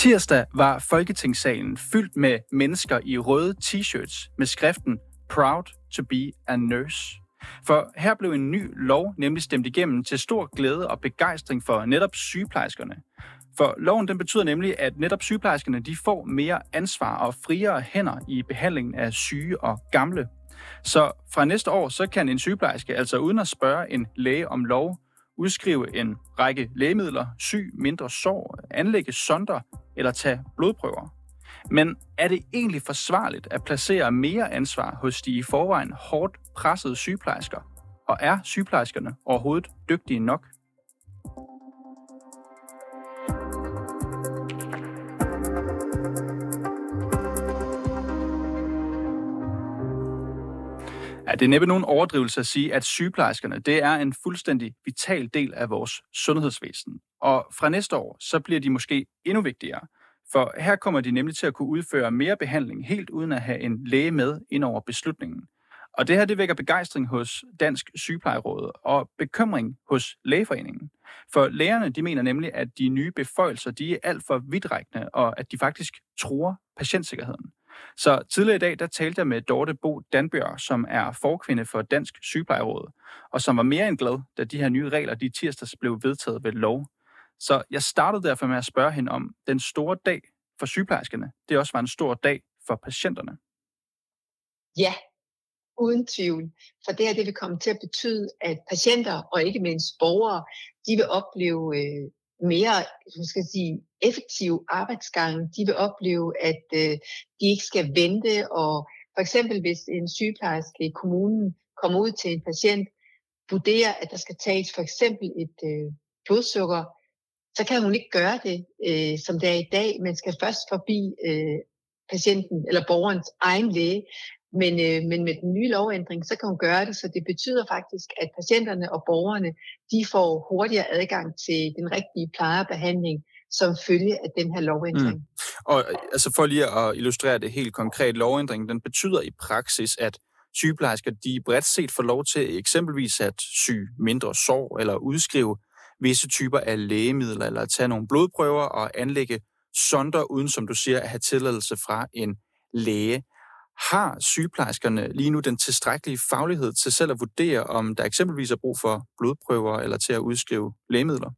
Tirsdag var Folketingssalen fyldt med mennesker i røde t-shirts med skriften Proud to be a nurse. For her blev en ny lov nemlig stemt igennem til stor glæde og begejstring for netop sygeplejerskerne. For loven den betyder nemlig, at netop sygeplejerskerne de får mere ansvar og friere hænder i behandlingen af syge og gamle. Så fra næste år så kan en sygeplejerske altså uden at spørge en læge om lov udskrive en række lægemidler, sy mindre sår, anlægge sonder eller tage blodprøver. Men er det egentlig forsvarligt at placere mere ansvar hos de i forvejen hårdt pressede sygeplejersker? Og er sygeplejerskerne overhovedet dygtige nok? Ja, det er næppe nogen overdrivelse at sige, at sygeplejerskerne det er en fuldstændig vital del af vores sundhedsvæsen. Og fra næste år, så bliver de måske endnu vigtigere. For her kommer de nemlig til at kunne udføre mere behandling, helt uden at have en læge med ind over beslutningen. Og det her det vækker begejstring hos Dansk Sygeplejeråd og bekymring hos Lægeforeningen. For lægerne de mener nemlig, at de nye beføjelser de er alt for vidtrækkende, og at de faktisk truer patientsikkerheden. Så tidligere i dag, der talte jeg med Dorte Bo Danbjørg, som er forkvinde for Dansk Sygeplejeråd, og som var mere end glad, da de her nye regler de tirsdags blev vedtaget ved lov. Så jeg startede derfor med at spørge hende om den store dag for sygeplejerskerne. Det også var en stor dag for patienterne. Ja, uden tvivl. For det her det vil komme til at betyde, at patienter og ikke mindst borgere, de vil opleve mere effektive arbejdsgange. De vil opleve, at de ikke skal vente. Og for eksempel hvis en sygeplejerske i kommunen kommer ud til en patient, vurderer, at der skal tages for eksempel et blodsukker, så kan hun ikke gøre det, som det er i dag. Man skal først forbi patienten eller borgerens egen læge. Men med den nye lovændring, så kan hun gøre det, så det betyder faktisk, at patienterne og borgerne, de får hurtigere adgang til den rigtige pleje og behandling, som følge af den her lovændring. Og altså for lige at illustrere det helt konkret, lovændringen, den betyder i praksis, at sygeplejersker, de bredt set får lov til eksempelvis at sy mindre sår eller udskrive visse typer af lægemidler, eller at tage nogle blodprøver og anlægge sonder, uden, som du siger, at have tilladelse fra en læge. Har sygeplejerskerne lige nu den tilstrækkelige faglighed til selv at vurdere, om der eksempelvis er brug for blodprøver eller til at udskrive lægemidler?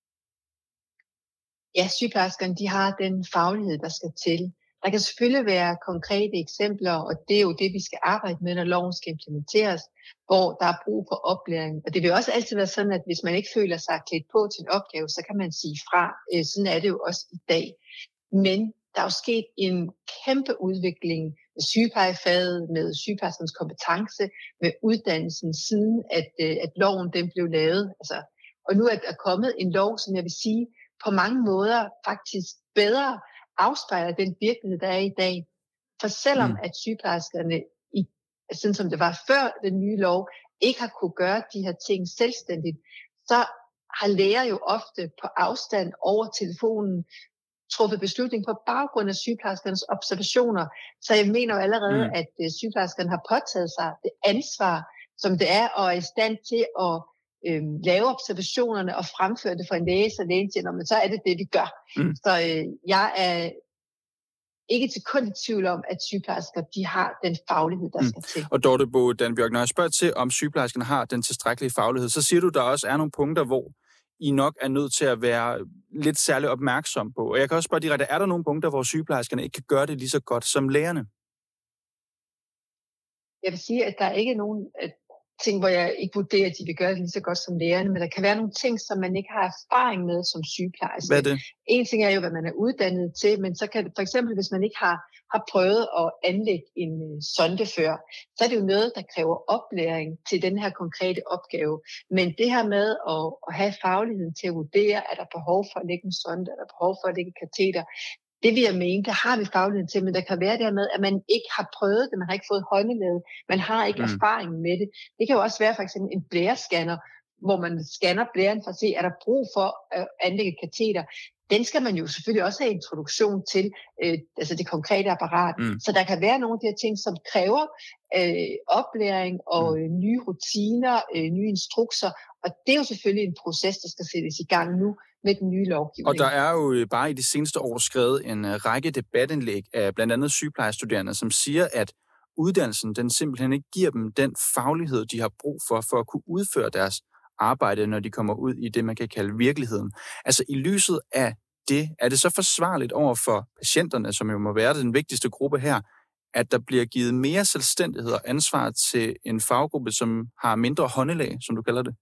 Ja, sygeplejerskerne de har den faglighed, der skal til. Der kan selvfølgelig være konkrete eksempler, og det er jo det, vi skal arbejde med, når loven skal implementeres, hvor der er brug for oplæring. Og det vil også altid være sådan, at hvis man ikke føler sig klædt på til en opgave, så kan man sige fra. Sådan er det jo også i dag. Men der er jo sket en kæmpe udvikling med sygeplejefaget, med sygeplejerskernes kompetence, med uddannelsen siden, at loven den blev lavet. Altså, og nu er der kommet en lov, som jeg vil sige, på mange måder faktisk bedre afspejler den virkelighed, der er i dag. For selvom at sygeplejerskerne, sådan som det var før den nye lov, ikke har kunne gøre de her ting selvstændigt, så har læger jo ofte på afstand over telefonen truffet beslutning på baggrund af sygeplejerskernes observationer. Så jeg mener jo allerede, at sygeplejerskerne har påtaget sig det ansvar, som det er, og er i stand til at lave observationerne og fremføre det for en læge, så lægen siger, men så er det det, vi gør. Så jeg er ikke til kun i tvivl om, at sygeplejersker de har den faglighed, der skal til. Og Dorte Bo Danbjørg, når jeg spørger til, om sygeplejerskerne har den tilstrækkelige faglighed, så siger du, der også er nogle punkter, hvor I nok er nødt til at være lidt særligt opmærksom på. Og jeg kan også spørge direkte, er der nogle punkter, hvor sygeplejerskerne ikke kan gøre det lige så godt som lægerne? Jeg vil sige, at der ikke er nogen ting, hvor jeg ikke vurderer, at de vil gøre det lige så godt som lægerne, men der kan være nogle ting, som man ikke har erfaring med som sygeplejerske. Hvad er det? En ting er jo, hvad man er uddannet til, men så kan det for eksempel, hvis man ikke har prøvet at anlægge en sonde før, så er det jo noget, der kræver oplæring til den her konkrete opgave. Men det her med at have fagligheden til at vurdere, er der behov for at lægge en sonde, er der behov for at lægge et kateter, det vil jeg mene, der har vi fagligheden til, men der kan være dermed, at man ikke har prøvet det, man har ikke fået håndelaget, man har ikke erfaring med det. Det kan jo også være for eksempel en blærescanner, hvor man scanner blæren for at se, er der brug for at anlægge et kateter. Den skal man jo selvfølgelig også have introduktion til, altså det konkrete apparat. Så der kan være nogle af de her ting, som kræver oplæring og nye rutiner, nye instrukser, og det er jo selvfølgelig en proces, der skal sættes i gang nu, med den nye Og lovgivning. der er jo bare i de seneste år skrevet en række debatindlæg af blandt andet sygeplejestuderende, som siger, at uddannelsen den simpelthen ikke giver dem den faglighed, de har brug for at kunne udføre deres arbejde, når de kommer ud i det, man kan kalde virkeligheden. Altså i lyset af det, er det så forsvarligt over for patienterne, som jo må være den vigtigste gruppe her, at der bliver givet mere selvstændighed og ansvar til en faggruppe, som har mindre håndelag, som du kalder det?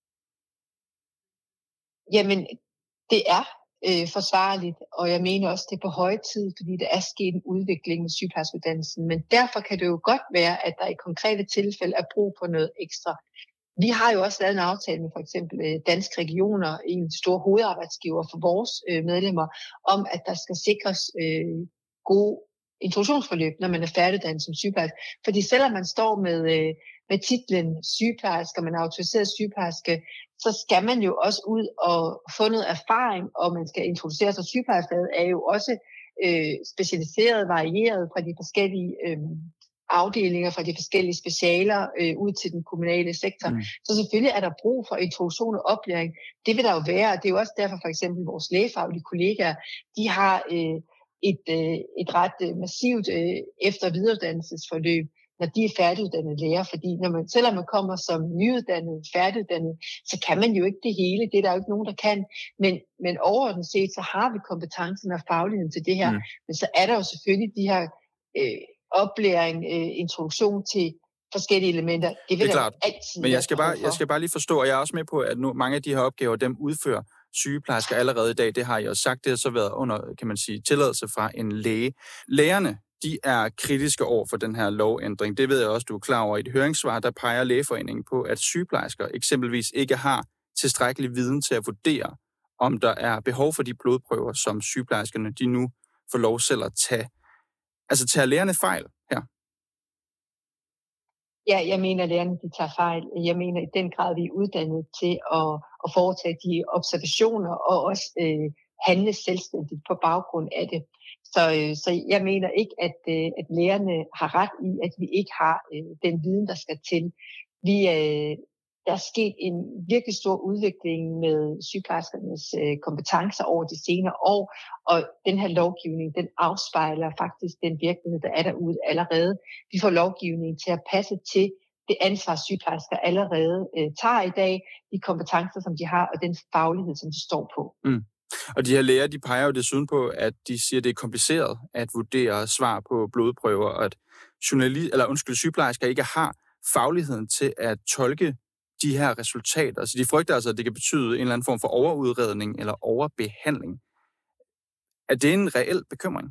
Jamen, det er forsvarligt, og jeg mener også, det er på høje tid, fordi der er sket en udvikling med sygeplejerskeuddannelsen. Men derfor kan det jo godt være, at der i konkrete tilfælde er brug for noget ekstra. Vi har jo også lavet en aftale med for eksempel Danske Regioner, en stor hovedarbejdsgiver for vores medlemmer, om at der skal sikres gode introduktionsforløb, når man er færdiguddannet som sygeplejerske. Fordi selvom man står med titlen sygeplejerske, og man er autoriseret sygeplejerske, så skal man jo også ud og få noget erfaring, og man skal introducere sig. Sygeplejerskefaget er jo også specialiseret, varieret fra de forskellige afdelinger, fra de forskellige specialer ud til den kommunale sektor. Så selvfølgelig er der brug for introduktion og oplæring. Det vil der jo være, og det er jo også derfor for eksempel vores lægefaglige kollegaer, de har et ret massivt efter- og videreuddannelsesforløb, når de er færdiguddannede læger, fordi selvom man kommer som nyuddannet, færdiguddannet, så kan man jo ikke det hele. Det er der jo ikke nogen, der kan. Men overordnet set, så har vi kompetencen og fagligheden til det her. Men så er der jo selvfølgelig de her oplæring, introduktion til forskellige elementer. Det vil det er klart. Altid. Men jeg skal bare lige forstå, og jeg er også med på, at nu mange af de her opgaver, dem udfører sygeplejersker allerede i dag. Det har jeg også sagt. Det har så været under, kan man sige, tilladelse fra en læge. Lægerne, de er kritiske over for den her lovændring. Det ved jeg også, du er klar over. I et høringssvar, der peger Lægeforeningen på, at sygeplejersker eksempelvis ikke har tilstrækkelig viden til at vurdere, om der er behov for de blodprøver, som sygeplejerskerne de nu får lov selv at tage. Altså tager lægerne fejl her? Ja, jeg mener, at lærerne de tager fejl. Jeg mener i den grad, vi er uddannet til at foretage de observationer og også handle selvstændigt på baggrund af det. Så jeg mener ikke, at lærerne har ret i, at vi ikke har den viden, der skal til. Der er sket en virkelig stor udvikling med sygeplejerskernes kompetencer over de senere år, og den her lovgivning, den afspejler faktisk den virkelighed, der er derude allerede. Vi får lovgivningen til at passe til det ansvar, sygeplejersker allerede tager i dag, de kompetencer, som de har, og den faglighed, som de står på. Og de her læger, de peger jo desuden på, at de siger, at det er kompliceret at vurdere svar på blodprøver, og at sygeplejersker ikke har fagligheden til at tolke de her resultater. Så de frygter altså, at det kan betyde en eller anden form for overudredning eller overbehandling. Er det en reel bekymring?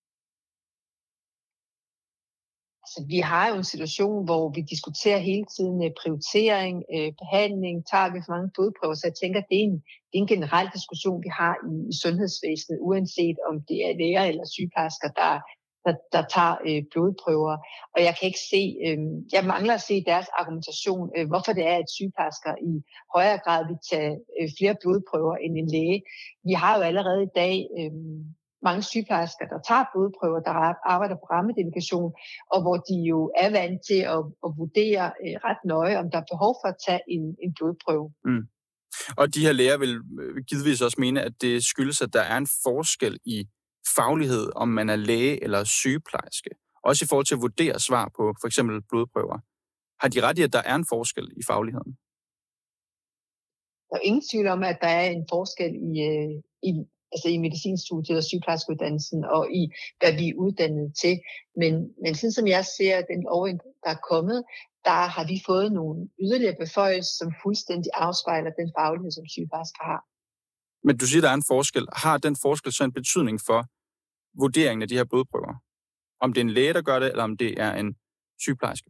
Altså, vi har jo en situation, hvor vi diskuterer hele tiden prioritering, behandling, tager vi for mange blodprøver, så jeg tænker, at det er en generel diskussion, vi har i sundhedsvæsenet, uanset om det er læger eller sygeplejersker, der tager blodprøver. Og jeg kan ikke se, jeg mangler at se deres argumentation, hvorfor det er, at sygeplejersker i højere grad vil tage flere blodprøver end en læge. Vi har jo allerede i dag mange sygeplejersker, der tager blodprøver, der arbejder på rammedelegation, og hvor de jo er vant til at vurdere ret nøje, om der er behov for at tage en blodprøve. Og de her læger vil givetvis også mene, at det skyldes, at der er en forskel i faglighed, om man er læge eller sygeplejerske. Også i forhold til at vurdere svar på for eksempel blodprøver. Har de ret i, at der er en forskel i fagligheden? Der er ingen tvivl om, at der er en forskel i medicinstudiet og sygeplejerskeuddannelsen og i, hvad vi er uddannet til. Men sådan som jeg ser den lovændring, der er kommet, der har vi fået nogle yderligere beføjelser, som fuldstændig afspejler den faglighed, som sygeplejersker har. Men du siger, der er en forskel. Har den forskel så en betydning for vurderingen af de her blodprøver? Om det er en læge, der gør det, eller om det er en sygeplejerske?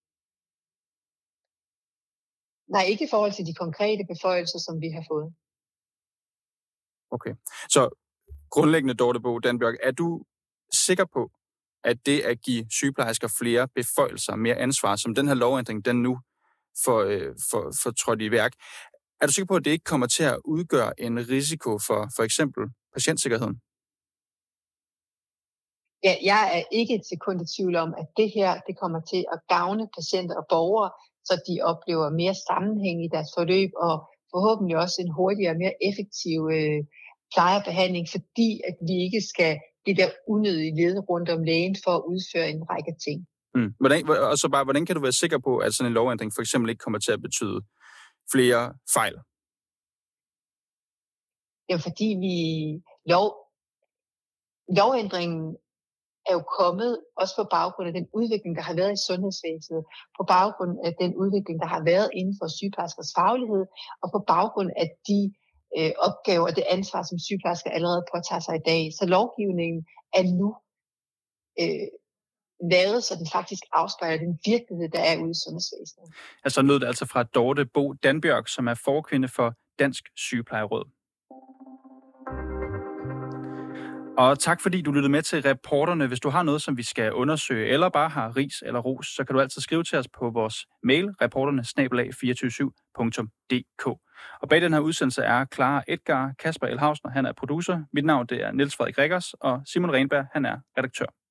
Nej, ikke i forhold til de konkrete beføjelser, som vi har fået. Okay. Så grundlæggende, Dorte Bo Danbjørk, er du sikker på, at det at give sygeplejersker flere beføjelser, mere ansvar, som den her lovændring, den nu får trådt i værk, er du sikker på, at det ikke kommer til at udgøre en risiko for eksempel patientsikkerheden? Ja, jeg er ikke et sekund i tvivl om, at det her det kommer til at gavne patienter og borgere, så de oplever mere sammenhæng i deres forløb og forhåbentlig også en hurtigere og mere effektiv pleje og behandling, fordi at vi ikke skal det der unødige led rundt om lægen for at udføre en række ting. Hvordan kan du være sikker på, at sådan en lovændring for eksempel ikke kommer til at betyde flere fejl? Jamen, fordi lovændringen er jo kommet også på baggrund af den udvikling, der har været i sundhedsvæsenet, på baggrund af den udvikling, der har været inden for sygeplejerskers faglighed, og på baggrund af de opgaver og det ansvar, som sygeplejersker allerede påtager sig i dag. Så lovgivningen er nu lavet, så den faktisk afspejler den virkelighed, der er ude i sundhedsvæsenet. Altså lød det fra Dorte Bo Danbjørk, som er forkvinde for Dansk Sygeplejeråd. Og tak fordi du lyttede med til Reporterne. Hvis du har noget, som vi skal undersøge, eller bare har ris eller ros, så kan du altid skrive til os på vores mail, reporterne@247.dk. Og bag den her udsendelse er Clara Edgar, Kasper Elhausner, han er producer. Mit navn det er Niels Frederik Rikkers, og Simon Renberg, han er redaktør.